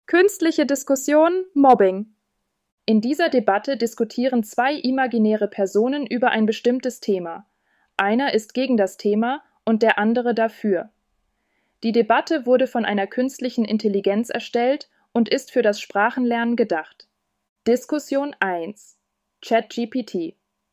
Künstliche Diskussion, Mobbing. In dieser Debatte diskutieren zwei imaginäre Personen über ein bestimmtes Thema. Einer ist gegen das Thema und der andere dafür. Die Debatte wurde von einer künstlichen Intelligenz erstellt und ist für das Sprachenlernen gedacht. Diskussion 1. ChatGPT.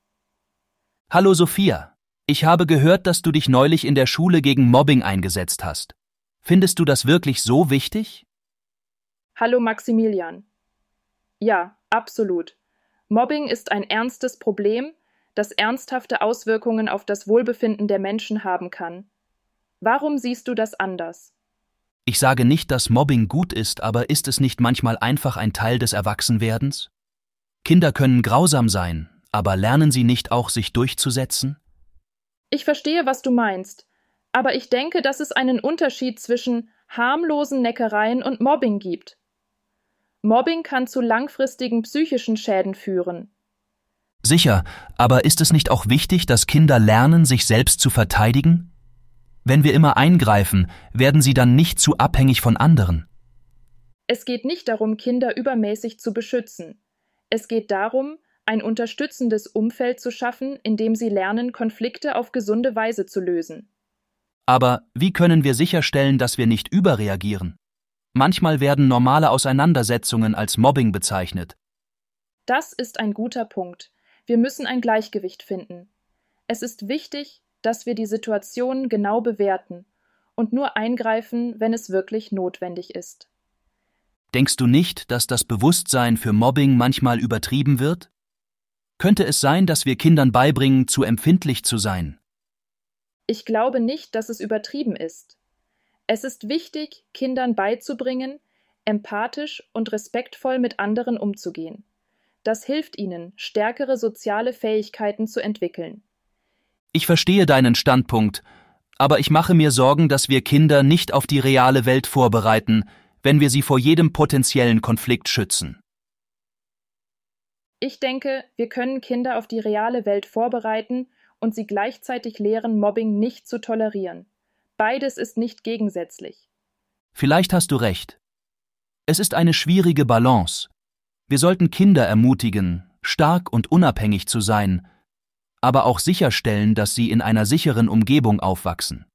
Hallo Sophia, ich habe gehört, dass du dich neulich in der Schule gegen Mobbing eingesetzt hast. Findest du das wirklich so wichtig? Hallo Maximilian. Ja, absolut. Mobbing ist ein ernstes Problem, das ernsthafte Auswirkungen auf das Wohlbefinden der Menschen haben kann. Warum siehst du das anders? Ich sage nicht, dass Mobbing gut ist, aber ist es nicht manchmal einfach ein Teil des Erwachsenwerdens? Kinder können grausam sein, aber lernen sie nicht auch, sich durchzusetzen? Ich verstehe, was du meinst, aber ich denke, dass es einen Unterschied zwischen harmlosen Neckereien und Mobbing gibt. Mobbing kann zu langfristigen psychischen Schäden führen. Sicher, aber ist es nicht auch wichtig, dass Kinder lernen, sich selbst zu verteidigen? Wenn wir immer eingreifen, werden sie dann nicht zu abhängig von anderen. Es geht nicht darum, Kinder übermäßig zu beschützen. Es geht darum, ein unterstützendes Umfeld zu schaffen, in dem sie lernen, Konflikte auf gesunde Weise zu lösen. Aber wie können wir sicherstellen, dass wir nicht überreagieren? Manchmal werden normale Auseinandersetzungen als Mobbing bezeichnet. Das ist ein guter Punkt. Wir müssen ein Gleichgewicht finden. Es ist wichtig, dass wir die Situation genau bewerten und nur eingreifen, wenn es wirklich notwendig ist. Denkst du nicht, dass das Bewusstsein für Mobbing manchmal übertrieben wird? Könnte es sein, dass wir Kindern beibringen, zu empfindlich zu sein? Ich glaube nicht, dass es übertrieben ist. Es ist wichtig, Kindern beizubringen, empathisch und respektvoll mit anderen umzugehen. Das hilft ihnen, stärkere soziale Fähigkeiten zu entwickeln. Ich verstehe deinen Standpunkt, aber ich mache mir Sorgen, dass wir Kinder nicht auf die reale Welt vorbereiten, wenn wir sie vor jedem potenziellen Konflikt schützen. Ich denke, wir können Kinder auf die reale Welt vorbereiten und sie gleichzeitig lehren, Mobbing nicht zu tolerieren. Beides ist nicht gegensätzlich. Vielleicht hast du recht. Es ist eine schwierige Balance. Wir sollten Kinder ermutigen, stark und unabhängig zu sein, aber auch sicherstellen, dass sie in einer sicheren Umgebung aufwachsen.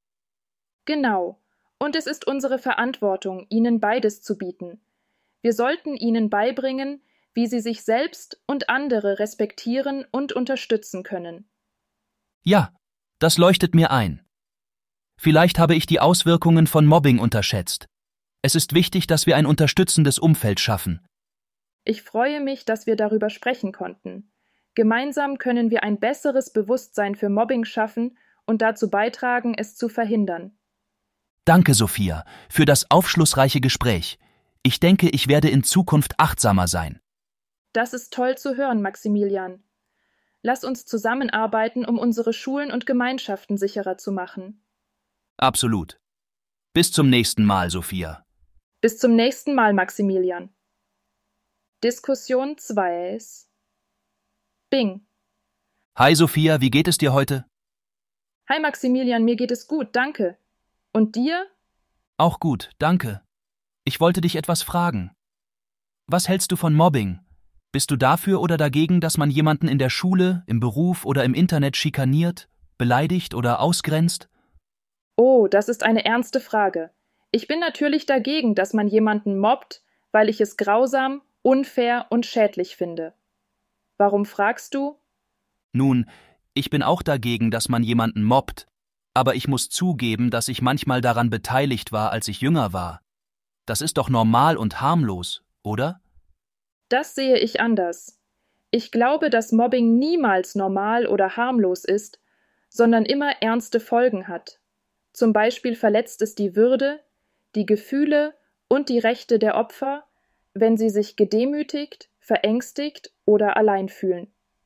Genau. Und es ist unsere Verantwortung, ihnen beides zu bieten. Wir sollten ihnen beibringen, wie sie sich selbst und andere respektieren und unterstützen können. Ja, das leuchtet mir ein. Vielleicht habe ich die Auswirkungen von Mobbing unterschätzt. Es ist wichtig, dass wir ein unterstützendes Umfeld schaffen. Ich freue mich, dass wir darüber sprechen konnten. Gemeinsam können wir ein besseres Bewusstsein für Mobbing schaffen und dazu beitragen, es zu verhindern. Danke, Sophia, für das aufschlussreiche Gespräch. Ich denke, ich werde in Zukunft achtsamer sein. Das ist toll zu hören, Maximilian. Lass uns zusammenarbeiten, um unsere Schulen und Gemeinschaften sicherer zu machen. Absolut. Bis zum nächsten Mal, Sophia. Bis zum nächsten Mal, Maximilian. Diskussion 2. Bing. Hi, Sophia, wie geht es dir heute? Hi, Maximilian, mir geht es gut, danke. Und dir? Auch gut, danke. Ich wollte dich etwas fragen. Was hältst du von Mobbing? Bist du dafür oder dagegen, dass man jemanden in der Schule, im Beruf oder im Internet schikaniert, beleidigt oder ausgrenzt? Oh, das ist eine ernste Frage. Ich bin natürlich dagegen, dass man jemanden mobbt, weil ich es grausam, unfair und schädlich finde. Warum fragst du? Nun, ich bin auch dagegen, dass man jemanden mobbt, aber ich muss zugeben, dass ich manchmal daran beteiligt war, als ich jünger war. Das ist doch normal und harmlos, oder? Das sehe ich anders. Ich glaube, dass Mobbing niemals normal oder harmlos ist, sondern immer ernste Folgen hat. Zum Beispiel verletzt es die Würde, die Gefühle und die Rechte der Opfer, wenn sie sich gedemütigt, verängstigt oder allein fühlen.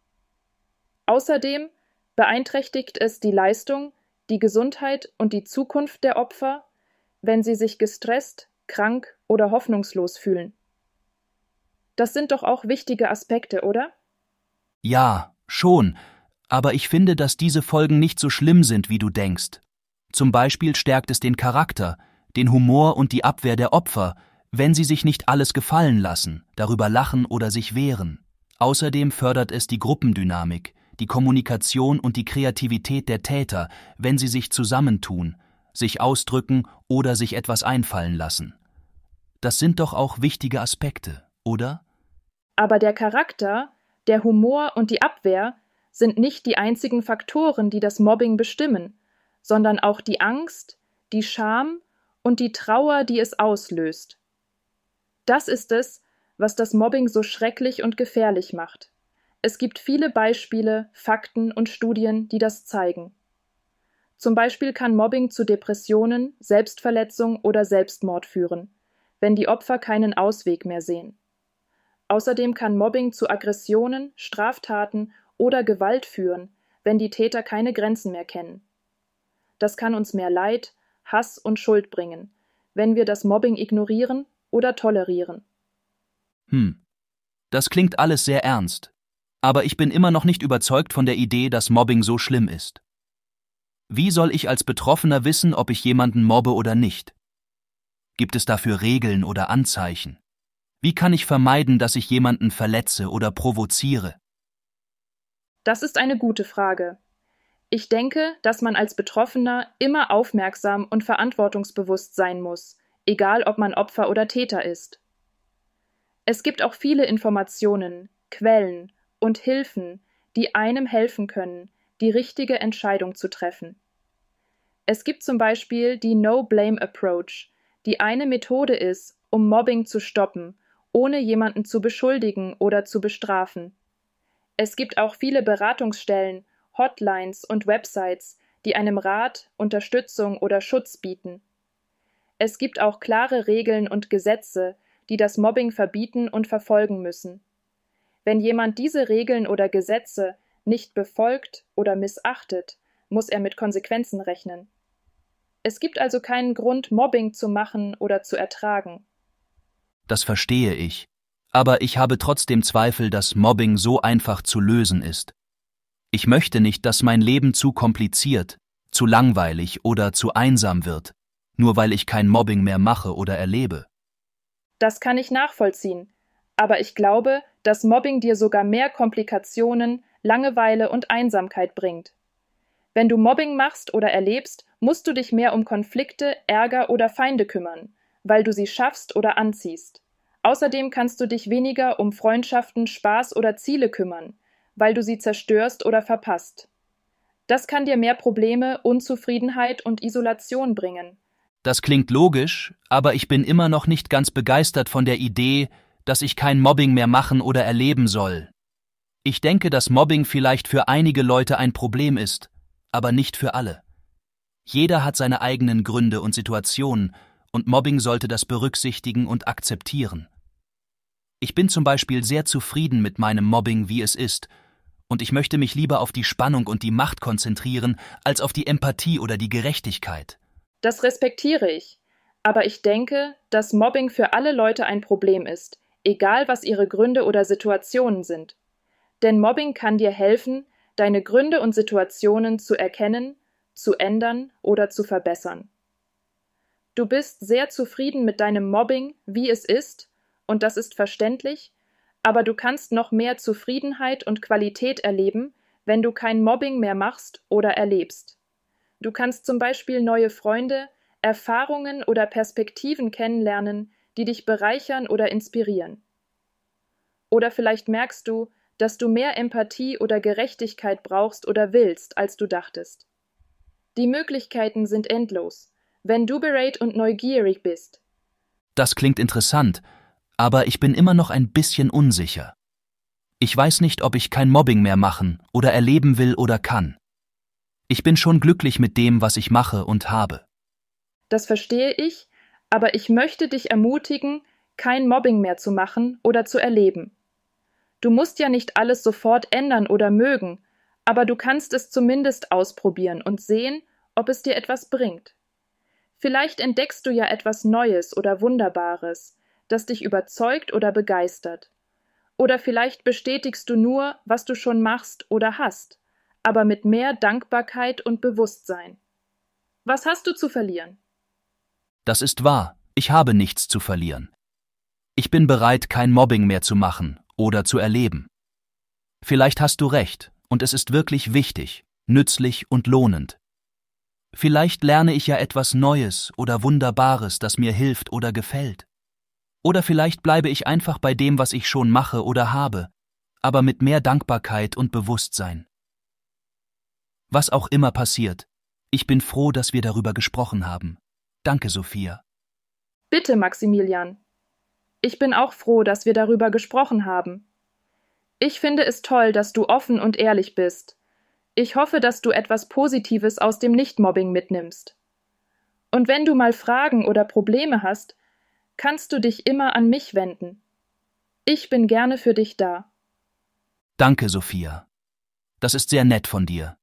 Außerdem beeinträchtigt es die Leistung, die Gesundheit und die Zukunft der Opfer, wenn sie sich gestresst, krank oder hoffnungslos fühlen. Das sind doch auch wichtige Aspekte, oder? Ja, schon, aber ich finde, dass diese Folgen nicht so schlimm sind, wie du denkst. Zum Beispiel stärkt es den Charakter, den Humor und die Abwehr der Opfer, wenn sie sich nicht alles gefallen lassen, darüber lachen oder sich wehren. Außerdem fördert es die Gruppendynamik, die Kommunikation und die Kreativität der Täter, wenn sie sich zusammentun, sich ausdrücken oder sich etwas einfallen lassen. Das sind doch auch wichtige Aspekte, oder? Aber der Charakter, der Humor und die Abwehr sind nicht die einzigen Faktoren, die das Mobbing bestimmen, sondern auch die Angst, die Scham und die Trauer, die es auslöst. Das ist es, was das Mobbing so schrecklich und gefährlich macht. Es gibt viele Beispiele, Fakten und Studien, die das zeigen. Zum Beispiel kann Mobbing zu Depressionen, Selbstverletzung oder Selbstmord führen, wenn die Opfer keinen Ausweg mehr sehen. Außerdem kann Mobbing zu Aggressionen, Straftaten oder Gewalt führen, wenn die Täter keine Grenzen mehr kennen. Das kann uns mehr Leid, Hass und Schuld bringen, wenn wir das Mobbing ignorieren oder tolerieren. Das klingt alles sehr ernst. Aber ich bin immer noch nicht überzeugt von der Idee, dass Mobbing so schlimm ist. Wie soll ich als Betroffener wissen, ob ich jemanden mobbe oder nicht? Gibt es dafür Regeln oder Anzeichen? Wie kann ich vermeiden, dass ich jemanden verletze oder provoziere? Das ist eine gute Frage. Ich denke, dass man als Betroffener immer aufmerksam und verantwortungsbewusst sein muss, egal ob man Opfer oder Täter ist. Es gibt auch viele Informationen, Quellen und Hilfen, die einem helfen können, die richtige Entscheidung zu treffen. Es gibt zum Beispiel die No-Blame-Approach, die eine Methode ist, um Mobbing zu stoppen, ohne jemanden zu beschuldigen oder zu bestrafen. Es gibt auch viele Beratungsstellen, Hotlines und Websites, die einem Rat, Unterstützung oder Schutz bieten. Es gibt auch klare Regeln und Gesetze, die das Mobbing verbieten und verfolgen müssen. Wenn jemand diese Regeln oder Gesetze nicht befolgt oder missachtet, muss er mit Konsequenzen rechnen. Es gibt also keinen Grund, Mobbing zu machen oder zu ertragen. Das verstehe ich. Aber ich habe trotzdem Zweifel, dass Mobbing so einfach zu lösen ist. Ich möchte nicht, dass mein Leben zu kompliziert, zu langweilig oder zu einsam wird, nur weil ich kein Mobbing mehr mache oder erlebe. Das kann ich nachvollziehen, aber ich glaube, dass Mobbing dir sogar mehr Komplikationen, Langeweile und Einsamkeit bringt. Wenn du Mobbing machst oder erlebst, musst du dich mehr um Konflikte, Ärger oder Feinde kümmern, weil du sie schaffst oder anziehst. Außerdem kannst du dich weniger um Freundschaften, Spaß oder Ziele kümmern, weil du sie zerstörst oder verpasst. Das kann dir mehr Probleme, Unzufriedenheit und Isolation bringen. Das klingt logisch, aber ich bin immer noch nicht ganz begeistert von der Idee, dass ich kein Mobbing mehr machen oder erleben soll. Ich denke, dass Mobbing vielleicht für einige Leute ein Problem ist, aber nicht für alle. Jeder hat seine eigenen Gründe und Situationen, und Mobbing sollte das berücksichtigen und akzeptieren. Ich bin zum Beispiel sehr zufrieden mit meinem Mobbing, wie es ist, und ich möchte mich lieber auf die Spannung und die Macht konzentrieren, als auf die Empathie oder die Gerechtigkeit. Das respektiere ich, aber ich denke, dass Mobbing für alle Leute ein Problem ist, egal was ihre Gründe oder Situationen sind. Denn Mobbing kann dir helfen, deine Gründe und Situationen zu erkennen, zu ändern oder zu verbessern. Du bist sehr zufrieden mit deinem Mobbing, wie es ist, und das ist verständlich, aber du kannst noch mehr Zufriedenheit und Qualität erleben, wenn du kein Mobbing mehr machst oder erlebst. Du kannst zum Beispiel neue Freunde, Erfahrungen oder Perspektiven kennenlernen, die dich bereichern oder inspirieren. Oder vielleicht merkst du, dass du mehr Empathie oder Gerechtigkeit brauchst oder willst, als du dachtest. Die Möglichkeiten sind endlos, wenn du bereit und neugierig bist. Das klingt interessant, aber ich bin immer noch ein bisschen unsicher. Ich weiß nicht, ob ich kein Mobbing mehr machen oder erleben will oder kann. Ich bin schon glücklich mit dem, was ich mache und habe. Das verstehe ich, aber ich möchte dich ermutigen, kein Mobbing mehr zu machen oder zu erleben. Du musst ja nicht alles sofort ändern oder mögen, aber du kannst es zumindest ausprobieren und sehen, ob es dir etwas bringt. Vielleicht entdeckst du ja etwas Neues oder Wunderbares, das dich überzeugt oder begeistert. Oder vielleicht bestätigst du nur, was du schon machst oder hast, aber mit mehr Dankbarkeit und Bewusstsein. Was hast du zu verlieren? Das ist wahr, ich habe nichts zu verlieren. Ich bin bereit, kein Mobbing mehr zu machen oder zu erleben. Vielleicht hast du recht, und es ist wirklich wichtig, nützlich und lohnend. Vielleicht lerne ich ja etwas Neues oder Wunderbares, das mir hilft oder gefällt. Oder vielleicht bleibe ich einfach bei dem, was ich schon mache oder habe, aber mit mehr Dankbarkeit und Bewusstsein. Was auch immer passiert, ich bin froh, dass wir darüber gesprochen haben. Danke, Sophia. Bitte, Maximilian. Ich bin auch froh, dass wir darüber gesprochen haben. Ich finde es toll, dass du offen und ehrlich bist. Ich hoffe, dass du etwas Positives aus dem Nichtmobbing mitnimmst. Und wenn du mal Fragen oder Probleme hast, kannst du dich immer an mich wenden. Ich bin gerne für dich da. Danke, Sophia. Das ist sehr nett von dir.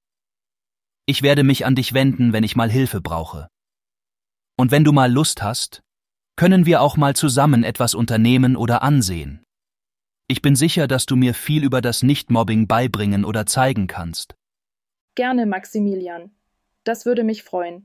Ich werde mich an dich wenden, wenn ich mal Hilfe brauche. Und wenn du mal Lust hast, können wir auch mal zusammen etwas unternehmen oder ansehen. Ich bin sicher, dass du mir viel über das Nichtmobbing beibringen oder zeigen kannst. Gerne, Maximilian. Das würde mich freuen.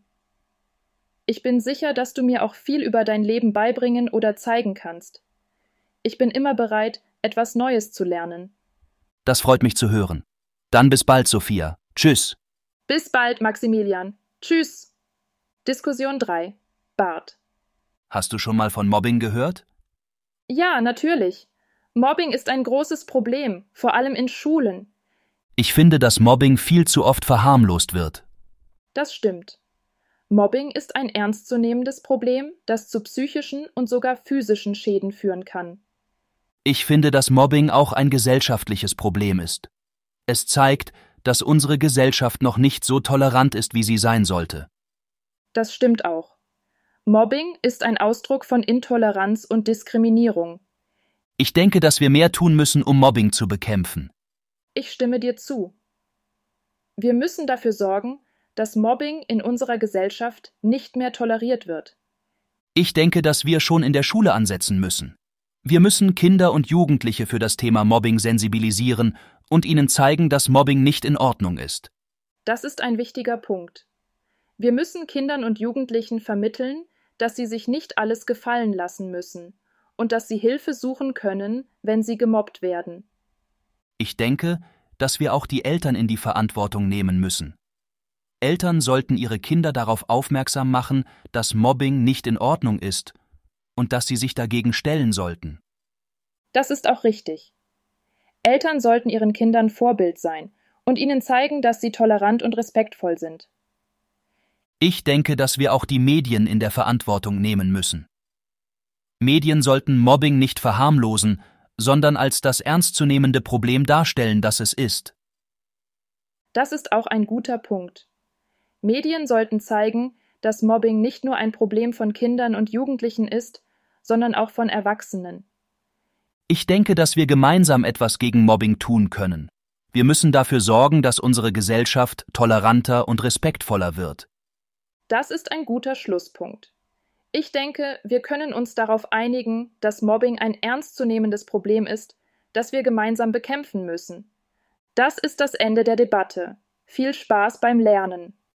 Ich bin sicher, dass du mir auch viel über dein Leben beibringen oder zeigen kannst. Ich bin immer bereit, etwas Neues zu lernen. Das freut mich zu hören. Dann bis bald, Sophia. Tschüss. Bis bald, Maximilian. Tschüss. Diskussion 3. Bart. Hast du schon mal von Mobbing gehört? Ja, natürlich. Mobbing ist ein großes Problem, vor allem in Schulen. Ich finde, dass Mobbing viel zu oft verharmlost wird. Das stimmt. Mobbing ist ein ernstzunehmendes Problem, das zu psychischen und sogar physischen Schäden führen kann. Ich finde, dass Mobbing auch ein gesellschaftliches Problem ist. Es zeigt, dass unsere Gesellschaft noch nicht so tolerant ist, wie sie sein sollte. Das stimmt auch. Mobbing ist ein Ausdruck von Intoleranz und Diskriminierung. Ich denke, dass wir mehr tun müssen, um Mobbing zu bekämpfen. Ich stimme dir zu. Wir müssen dafür sorgen, dass Mobbing in unserer Gesellschaft nicht mehr toleriert wird. Ich denke, dass wir schon in der Schule ansetzen müssen. Wir müssen Kinder und Jugendliche für das Thema Mobbing sensibilisieren und ihnen zeigen, dass Mobbing nicht in Ordnung ist. Das ist ein wichtiger Punkt. Wir müssen Kindern und Jugendlichen vermitteln, dass sie sich nicht alles gefallen lassen müssen und dass sie Hilfe suchen können, wenn sie gemobbt werden. Ich denke, dass wir auch die Eltern in die Verantwortung nehmen müssen. Eltern sollten ihre Kinder darauf aufmerksam machen, dass Mobbing nicht in Ordnung ist und dass sie sich dagegen stellen sollten. Das ist auch richtig. Eltern sollten ihren Kindern Vorbild sein und ihnen zeigen, dass sie tolerant und respektvoll sind. Ich denke, dass wir auch die Medien in der Verantwortung nehmen müssen. Medien sollten Mobbing nicht verharmlosen, sondern als das ernstzunehmende Problem darstellen, das es ist. Das ist auch ein guter Punkt. Medien sollten zeigen, dass Mobbing nicht nur ein Problem von Kindern und Jugendlichen ist, sondern auch von Erwachsenen. Ich denke, dass wir gemeinsam etwas gegen Mobbing tun können. Wir müssen dafür sorgen, dass unsere Gesellschaft toleranter und respektvoller wird. Das ist ein guter Schlusspunkt. Ich denke, wir können uns darauf einigen, dass Mobbing ein ernstzunehmendes Problem ist, das wir gemeinsam bekämpfen müssen. Das ist das Ende der Debatte. Viel Spaß beim Lernen!